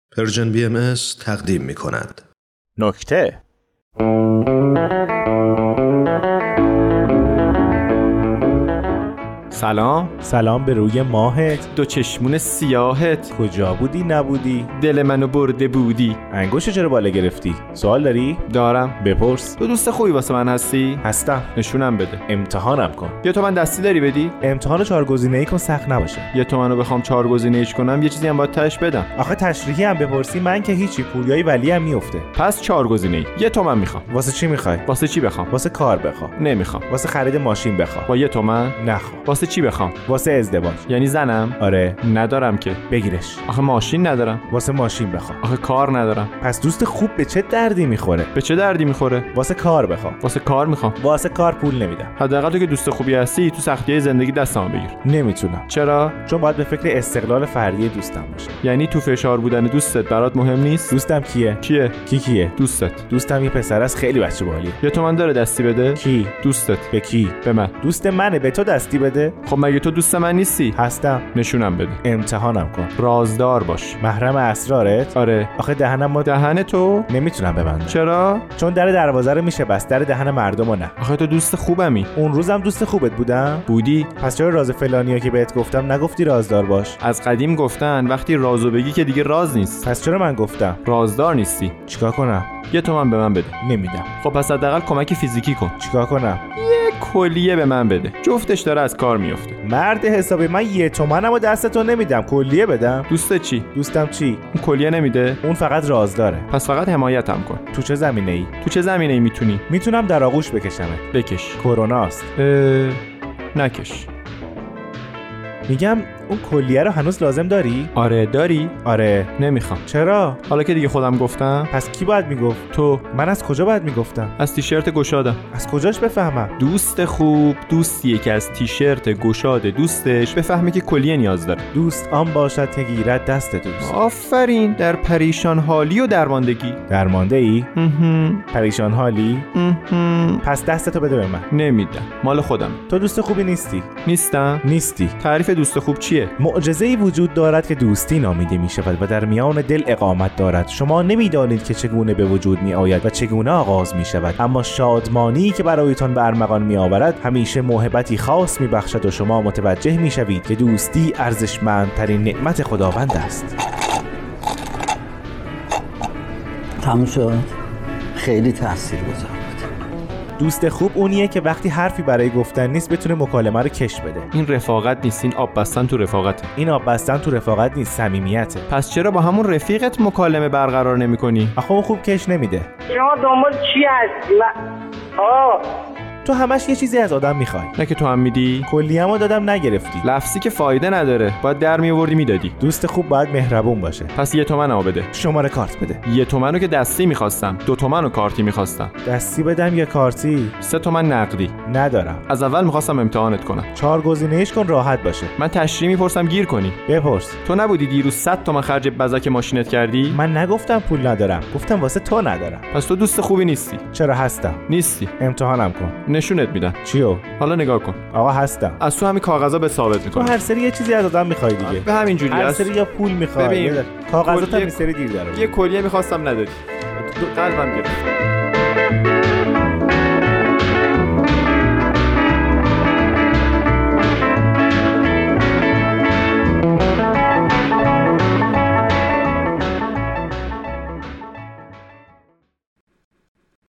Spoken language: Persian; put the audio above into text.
پرژن BMS تقدیم می کند. نکته. سلام به روی ماهت، دو چشمون سیاهت، کجا بودی نبودی؟ دل منو برده بودی. انگشت چرا بالا گرفتی؟ سوال داری؟ دارم. بپرس. تو دوست خوبی واسه من هستی؟ هستم. نشونم بده. امتحانم کن. یه تومن دستی داری بدی؟ امتحان 4 گزینه‌ای کن، سخت نباشه. یه تومنو بخوام 4 گزینه‌ایش کنم یه چیزی هم باید تهش بدم. آخه تشریحی هم بپرسی من که هیچی، پوریای ولی هم میفته. پس 4 گزینه‌ای. یه تومن میخوام. واسه چی میخوای؟ واسه چی بخوام؟ واسه کار بخوام. نمیخوام. واسه خرید ماشین بخوام. با یه تومن؟ نخوام. واسه چی بخوام؟ واسه ازدواج. یعنی زنم؟ آره. ندارم که. بگیرش. آخه ماشین ندارم. واسه ماشین بخوام. آخه کار ندارم. پس دوست خوب به چه دردی میخوره؟ به چه دردی میخوره؟ واسه کار بخوام. واسه کار میخوام. واسه کار پول نمیدم. حداقل تو که دوست خوبی هستی تو سختی‌های زندگی دستمو بگیر. نمیتونم. چرا؟ چون باید به فکر استقلال فردی دوستم باشه. یعنی تو فشار بودن دوستت برات مهم نیست؟ دوستم کیه؟ کیه؟ دوستت. دوستم یه پسر است، خیلی بچه باحالیه. یه تومن داره دستی بده؟ کی؟ دوستت. به کی؟ به من. دوست منه، به تو دستی بده؟ خب مگه تو دوست من نیستی؟ هستم. نشونم بده. امتحانم کن. رازدار باش. محرم اسرارت؟ آره. آخه دهنم دهن تو نمیتونم ببندم. چرا؟ چون در دروازه رو میشه بس، در دهن مردمو نه. آخه تو دوست خوبمی. اون روزم دوست خوبت بودم؟ بودی. پس چرا راز فلانیو که بهت گفتم نگفتی رازدار باش؟ از قدیم گفتن وقتی رازو بگی که دیگه راز نیست. پس چرا من گفتم رازدار نیستی؟ چیکار کنم؟ یه تومن به من بده. نمیدم. خب پس حداقل کمک فیزیکی کن. چیکار کنم؟ یه کلیه به من بده. جفتش داره از کار میفته. مرد حسابی، من یه تومنمو دستتو نمیدم، کلیه بدم. دوست چی؟ دوستم چی؟ اون کلیه نمیده؟ اون فقط رازداره. پس فقط حمایتم کن. تو چه زمینه‌ای؟ تو چه زمینه‌ای میتونی؟ میتونم در آغوش بکشمت. بکش. کروناست. نکش. میگم اون کلیه رو هنوز لازم داری؟ آره داری؟ آره. نمیخوام. چرا؟ حالا که دیگه خودم گفتم. پس کی باید میگفت؟ تو. من از کجا باید میگفتم؟ از تیشرت گشادم. از کجاش بفهمم؟ دوست خوب دوستیه که از تیشرت گشاد دوستش بفهمه که کلیه نیاز داره. دوست آن باشد که گیرد دست دوست. آفرین. در پریشان حالی و درماندگی. درمانده ای؟ پریشان حالی؟ پس دستتو بده به من. نمیدم. مال خودم. تو دوست خوبی نیستی. نیستم؟ نیستی. تعریف دوست خوب چیه؟ معجزه‌ای وجود دارد که دوستی نامیده می شود و در میان دل اقامت دارد. شما نمیدانید که چگونه به وجود می آید و چگونه آغاز می شود، اما شادمانی که برایتان به ارمغان می آورد همیشه موهبتی خاص می بخشد و شما متوجه می شوید که دوستی ارزشمندترین نعمت خداوند است. تموم شد. خیلی تاثیرگذار. دوست خوب اونیه که وقتی حرفی برای گفتن نیست بتونه مکالمه رو کش بده. این رفاقت نیست، این آب بستن تو رفاقته. این آب بستن تو رفاقت نیست، صمیمیته. پس چرا با همون رفیقت مکالمه برقرار نمی‌کنی؟ آخه اون خوب کش نمیده. شما دنبال چی هستی؟ تو همش یه چیزی از آدم میخوای. نه که تو هم میدی؟ کلیه‌مو دادم نگرفتی. لفظی که فایده نداره. باید در میآوردی میدادی. دوست خوب باید مهربون باشه. پس یه تومنو بده. شماره کارت بده. یه تومنو که دستی می‌خواستم. 2 تومنو کارتی می‌خواستم. دستی بدم یا کارتی؟ 3 تومن نقدی. ندارم. از اول می‌خواستم امتحانت کنم. 4 گزینه‌ایش کن راحت باشه. من تشریح می‌پرسم گیر کنی. بپرس. تو نبودی دیروز 100 تومن خرج بزک ماشینت کردی؟ من نگفتم پول ندارم، گفتم واسه تو ندارم. پس تو دوست خوبی نیستی. چرا هستم؟ نیستی. امتحانم کن. نشونت میدم. چیو؟ حالا نگاه کن. آقا هستم. از تو همین کاغذا به ثابت تو می‌کنم. هر سری یه چیزی از آدم می‌خوای دیگه. به همین جوری هر سری یا پول می‌خوای. ببین کاغذات هم کلیه- این سری دیر داره. یه کلیه می‌خواستم ندادی. قلبم گرفت.